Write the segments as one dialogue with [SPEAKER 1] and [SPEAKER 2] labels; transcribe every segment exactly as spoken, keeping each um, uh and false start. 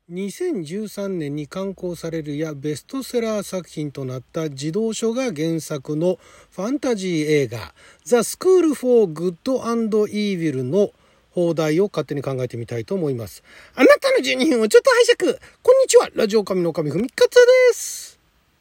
[SPEAKER 1] にせんじゅうさんねんに刊行されるやベストセラー作品となった児童書が原作のファンタジー映画ザ・スクール・フォー・グッド・アンド・イービルの放題を勝手に考えてみたいと思います。あなたのじゅうにふんをちょっと拝借。こんにちは、ラジオ神の神ふみかつです。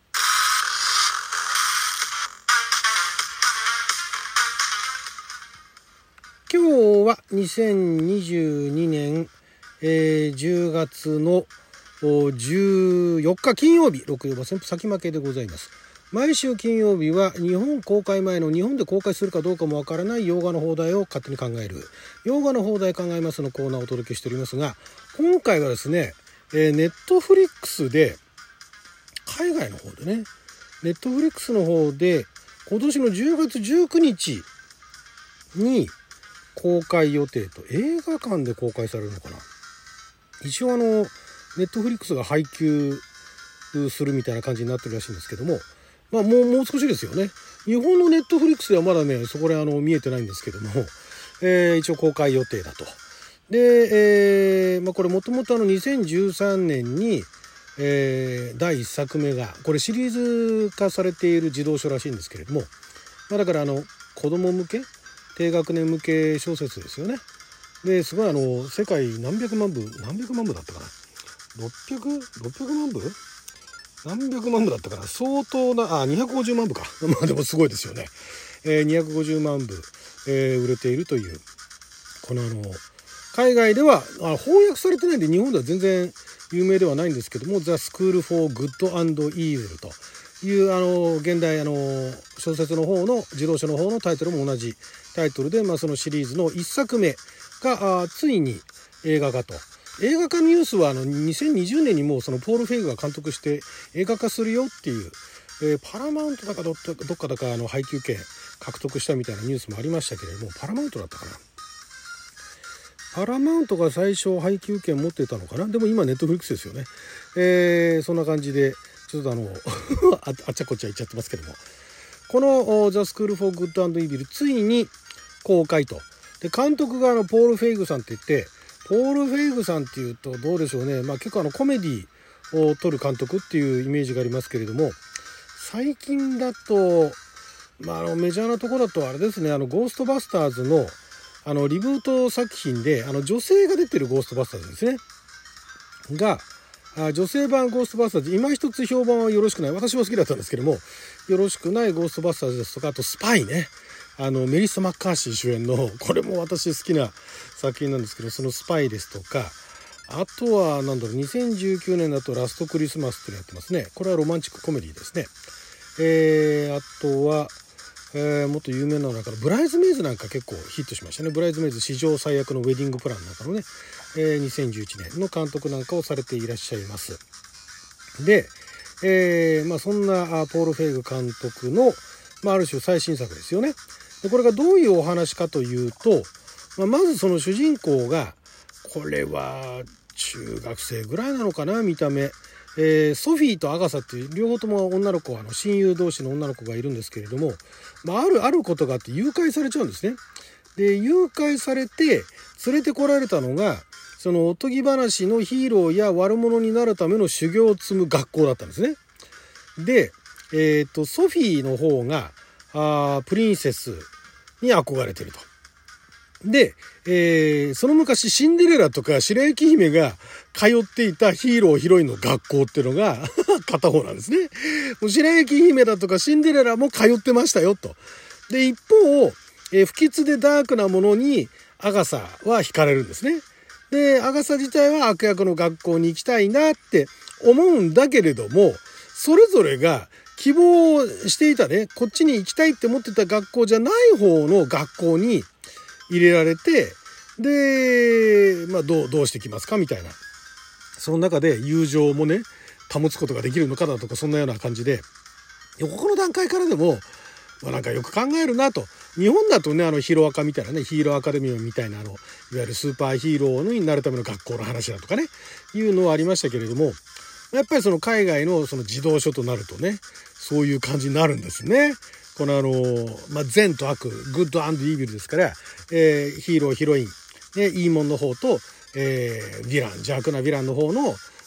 [SPEAKER 1] 今日はにせんにじゅうにねんえー、じゅうがつのじゅうよっか金曜日、ろくよば旋風先負けでございます。毎週金曜日は日本公開前の日本で公開するかどうかもわからない洋画の放題を勝手に考える洋画の放題考えますのコーナーをお届けしておりますが、今回はですね、えー、ネットフリックスで海外の方でねネットフリックスの方で今年のじゅうがつじゅうくにちに公開予定と、映画館で公開されるのかな。一応あのネットフリックスが配給するみたいな感じになってるらしいんですけども、まあもうもう少しですよね。日本のネットフリックスではまだねそこであの見えてないんですけども、えー、一応公開予定だと。で、えーまあ、これもともとあのにせんじゅうさんねんに、えー、だいいっさくめがこれシリーズ化されている児童書らしいんですけれども、まあ、だからあの子供向け低学年向け小説ですよね。ですごいあの世界何百万部何百万部だったかな、ろっぴゃく、ろっぴゃくまんぶ何百万部だったかな、相当なあにひゃくごじゅうまんぶかまあでもすごいですよね、えー、にひゃくごじゅうまんぶ、えー、売れているという、このあの海外ではあ翻訳されてないんで日本では全然有名ではないんですけども、ザ・スクール・フォー・グッド・アンド・イービルというあの現代あの小説の方の児童書の方のタイトルも同じタイトルで、まあ、そのシリーズのいっさくめがついに映画化と。映画化ニュースはあのにせんにじゅうねんにもうそのポール・フェイグが監督して映画化するよっていう、えー、パラマウントだかどっかだかあの配給権獲得したみたいなニュースもありましたけれども、パラマウントだったかな、パラマウントが最初配給権持ってたのかな。でも今ネットフリックスですよね、えー、そんな感じでちょっとあのあ, あっちゃこっちゃ言っちゃってますけども、このザ・スクール・フォー・グッド・アンド・イービルついに公開と。で監督があのポール・フェイグさんって言って、ポール・フェイグさんっていうとどうでしょうね、まあ結構あのコメディを撮る監督っていうイメージがありますけれども、最近だとまああのメジャーなところだとあれですね、あのゴーストバスターズのあのリブート作品であの女性が出てるゴーストバスターズですねが、女性版ゴーストバスターズ今一つ評判はよろしくない、私は好きだったんですけどもよろしくないゴーストバスターズですとか、あとスパイね、あのメリッサ・マッカーシー主演のこれも私好きな作品なんですけど、そのスパイですとか、あとはなんだろうにせんじゅうきゅうねんだとラストクリスマスっていうのやってますね。これはロマンチックコメディですね。えー、あとは、えー、もっと有名なのだからブライズメイズなんか結構ヒットしましたね。ブライズメイズ史上最悪のウェディングプランなんかのね、えー、にせんじゅういちねんの監督なんかをされていらっしゃいます。で、えーまあ、そんなポール・フェイグ監督の、まあ、ある種最新作ですよね。でこれがどういうお話かというと、まあ、まずその主人公がこれは中学生ぐらいなのかな見た目、えー、ソフィーとアガサっていう両方とも女の子はあの親友同士の女の子がいるんですけれども、まあ、あるあることがあって誘拐されちゃうんですね。で誘拐されて連れてこられたのがそのおとぎ話のヒーローや悪者になるための修行を積む学校だったんですね。で、えー、とソフィーの方があプリンセスに憧れてると。で、えー、その昔シンデレラとか白雪姫が通っていたヒーローヒロインの学校っていうのが片方なんですね。もう白雪姫だとかシンデレラも通ってましたよと。で一方、えー、不吉でダークなものにアガサは惹かれるんですね。でアガサ自体は悪役の学校に行きたいなって思うんだけれども、それぞれが希望していたね、こっちに行きたいって思ってた学校じゃない方の学校に入れられて、で、まあどう、どうしてきますかみたいな。その中で友情もね、保つことができるのかだとか、そんなような感じで、ここの段階からでも、まあなんかよく考えるなと。日本だとね、あのヒロアカみたいなね、ヒーローアカデミーみたいなあの、いわゆるスーパーヒーローになるための学校の話だとかね、いうのはありましたけれども、やっぱりその海外のその児童書となるとね、そういう感じになるんですね。このあの、まあ、善と悪、グッドアンドイービルですから、えー、ヒーロー、ヒロイン、ね、いいもんの方と、えー、ヴィラン、邪悪なヴィランの方の、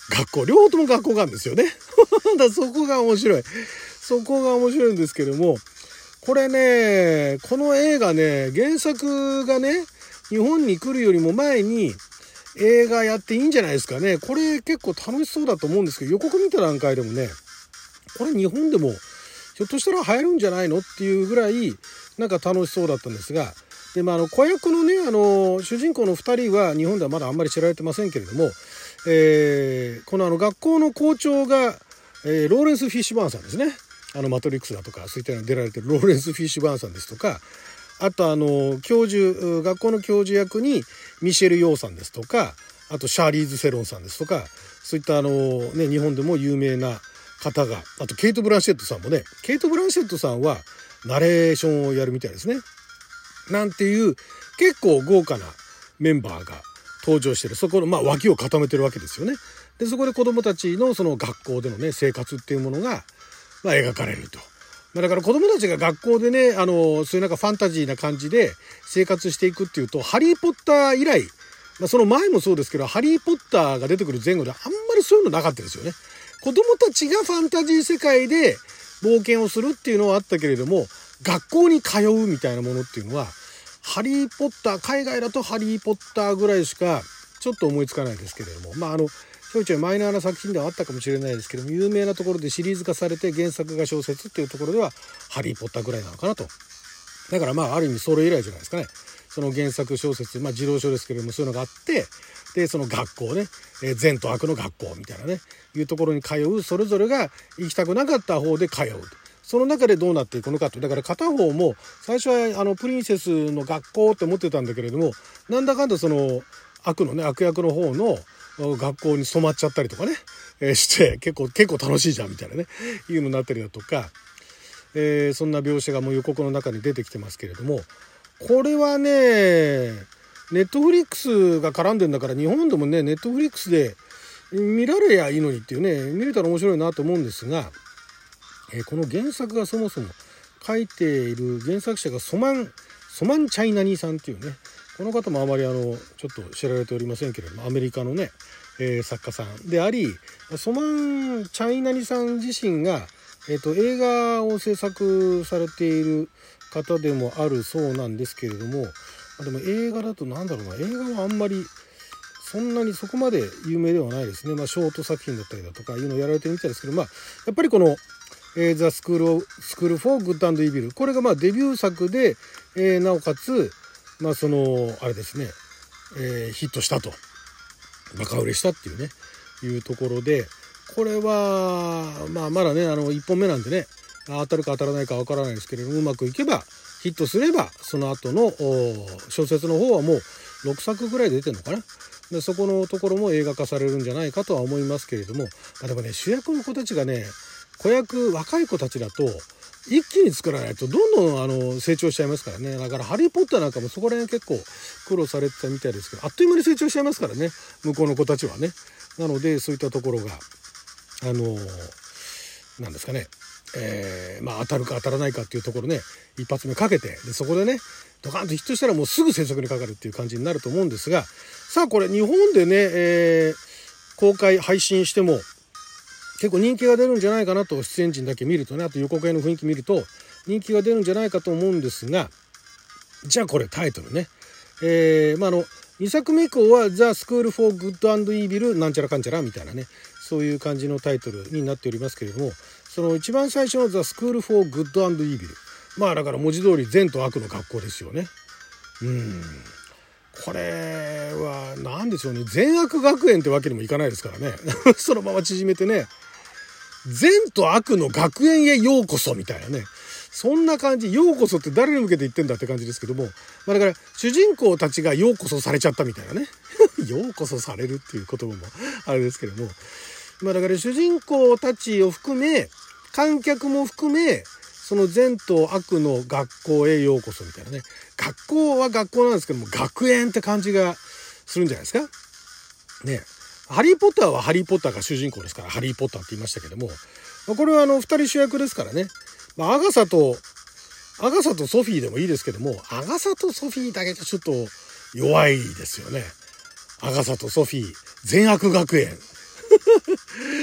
[SPEAKER 1] 学校、両方とも学校があるんですよね。だそこが面白い。そこが面白いんですけども、これね、この映画ね、原作がね、日本に来るよりも前に映画やっていいんじゃないですかね。これ結構楽しそうだと思うんですけど、予告見た段階でもね、これ日本でもひょっとしたら流行るんじゃないのっていうぐらいなんか楽しそうだったんですが、で、まあ、あの子役のね、あの主人公のふたりは日本ではまだあんまり知られてませんけれども、えー、このあの学校の校長が、えー、ローレンス・フィッシュバーンさんですね。あのマトリックスだとかそういったのに出られてるローレンス・フィッシュバーンさんですとか、あとあの教授、学校の教授役にミシェル・ヨーさんですとか、あとシャーリーズ・セロンさんですとか、そういったあの、ね、日本でも有名な方が、あとケイト・ブランシェットさんもね、ケイト・ブランシェットさんはナレーションをやるみたいですね。なんていう結構豪華なメンバーが登場してる、そこのまあ脇を固めてるわけですよね。でそこで子どもたちのその学校でのね生活っていうものが、まあ、描かれると。まあ、だから子どもたちが学校でね、あのそういうなんかファンタジーな感じで生活していくっていうと、ハリー・ポッター以来、まあ、その前もそうですけど、ハリー・ポッターが出てくる前後であんまりそういうのなかったですよね。子どもたちがファンタジー世界で冒険をするっていうのはあったけれども、学校に通うみたいなものっていうのはハリー・ポッター、海外だとハリー・ポッターぐらいしかちょっと思いつかないですけれども、まああのちょいちょいマイナーな作品ではあったかもしれないですけども、有名なところでシリーズ化されて原作が小説っていうところではハリー・ポッターぐらいなのかなと。だからまあある意味それ以来じゃないですかね。その原作小説、まあ児童書ですけれども、そういうのがあって、でその学校ね、えー、善と悪の学校みたいなねいうところに通う、それぞれが行きたくなかった方で通うと。その中でどうなっていくのかと。だから片方も最初はあのプリンセスの学校って思ってたんだけれども、なんだかんだその悪のね悪役の方の学校に染まっちゃったりとかね、えー、して結構結構楽しいじゃんみたいなねいうのになったりだとか、えー、そんな描写がもう予告の中に出てきてますけれども、これはねネットフリックスが絡んでんだから、日本でもねネットフリックスで見られやいいのにっていうね、見れたら面白いなと思うんですが、えー、この原作がそもそも書いている原作者がソマンソマンチャイナニさんっていうね、この方もあまりあのちょっと知られておりませんけれども、アメリカのね、えー、作家さんであり、ソマンチャイナニさん自身が、えーと、映画を制作されている方でもあるそうなんですけれども、でも映画だとなんだろうな、映画はあんまりそんなにそこまで有名ではないですね。まあショート作品だったりだとかいうのをやられてるみたいですけど、まあやっぱりこのえー、ザ・スクール・オブ・スクール・フォー・グッド・アンド・イービル、これがまあデビュー作で、えー、なおかつまあそのあれですね、えー、ヒットしたと、バカ売れしたっていうねいうところで、これはまあまだねあのいっぽんめなんでね、当たるか当たらないかわからないですけれども、うまくいけばヒットすればその後の小説の方はもうろくさくぐらいで出てるのかな。でそこのところも映画化されるんじゃないかとは思いますけれども、まあ、でもね主役の子たちがね、子役若い子たちだと一気に作らないとどんどんあの成長しちゃいますからね。だからハリー・ポッターなんかもそこら辺結構苦労されてたみたいですけど、あっという間に成長しちゃいますからね、向こうの子たちはね。なのでそういったところがあのなんですかね、えー、まあ当たるか当たらないかっていうところね、一発目かけて、でそこでねドカンとヒットしたらもうすぐ制作にかかるっていう感じになると思うんですが、さあこれ日本でね、えー、公開配信しても結構人気が出るんじゃないかなと、出演陣だけ見るとね、あと予告編の雰囲気見ると人気が出るんじゃないかと思うんですが、じゃあこれタイトルね、えー、まああのにさくめ以降はザ・スクール・フォー・グッド・アンド・イービルなんちゃらかんちゃらみたいなね、そういう感じのタイトルになっておりますけれども、その一番最初のザ・スクール・フォー・グッド・アンド・イービル、まあだから文字通り善と悪の学校ですよね。うんこれは何でしょうね、善悪学園ってわけにもいかないですからねそのまま縮めてね、善と悪の学園へようこそみたいなね、そんな感じ。ようこそって誰に向けて言ってんだって感じですけども、まあ、だから主人公たちがようこそされちゃったみたいなねようこそされるっていう言葉もあれですけども、まあ、だから主人公たちを含め観客も含めその善と悪の学校へようこそみたいなね、学校は学校なんですけども学園って感じがするんじゃないですかね。ハリー・ポッターはハリー・ポッターが主人公ですからハリー・ポッターって言いましたけども、これはあのふたり主役ですからね、まあ、アガサとアガサとソフィーでもいいですけども、アガサとソフィーだけじゃちょっと弱いですよね。アガサとソフィー善悪学園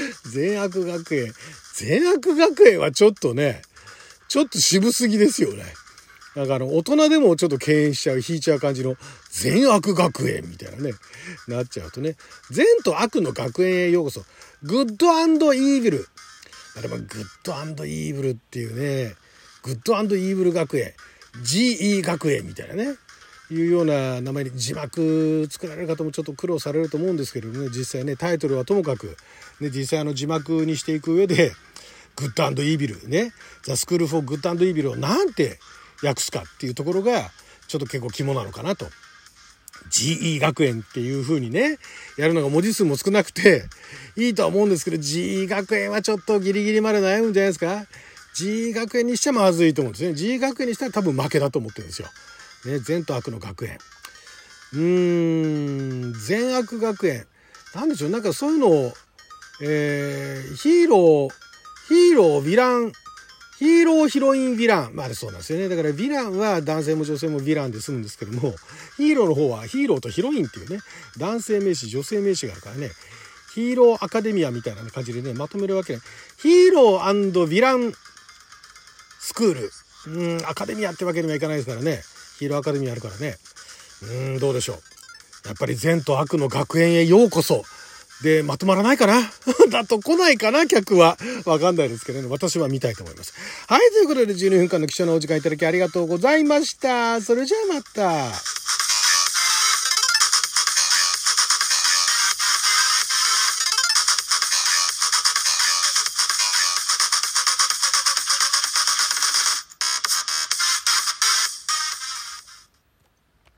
[SPEAKER 1] 善悪学園。善悪学園はちょっとね、ちょっと渋すぎですよね。なんかあの、大人でもちょっと敬遠しちゃう、引いちゃう感じの善悪学園みたいなね、なっちゃうとね。善と悪の学園へようこそ。グッド&イービル。あれもグッド&イーブルっていうね、グッド&イーブル学園。ジーイー 学園みたいなね。いうような名前に字幕作られる方もちょっと苦労されると思うんですけれどもね、実際ね、タイトルはともかく、ね、実際あの字幕にしていく上で、グッド&イービルね、ザ・スクール・フォー・グッド&イービルをなんて訳すかっていうところが、ちょっと結構肝なのかなと。ジーイー 学園っていう風にね、やるのが文字数も少なくて、いいとは思うんですけど、ジーイー 学園はちょっとギリギリまで悩むんじゃないですか。ジーイー 学園にしちゃまずいと思うんですね。ジーイー 学園にしたら多分負けだと思ってるんですよ。ね、善と悪の学園。うーん、善悪学園。なんでしょう、なんかそういうのを、えー、ヒーロー、ヒーロー、ヴィラン、ヒーロー、ヒロイン、ヴィラン。まあそうなんですよね。だからヴィランは男性も女性もヴィランで済むんですけども、ヒーローの方はヒーローとヒロインっていうね、男性名詞、女性名詞があるからね、ヒーローアカデミアみたいな感じでね、まとめるわけね。ヒーロー&ヴィランスクール。うん、アカデミアってわけにはいかないですからね。ヒーローアカデミアあるからね。うーん、どうでしょう。やっぱり善と悪の学園へようこそ。で、まとまらないかなだと来ないかな客は。わかんないですけどね。私は見たいと思います。はい、ということでじゅうにふんかんの貴重なお時間いただきありがとうございました。それじゃあまた。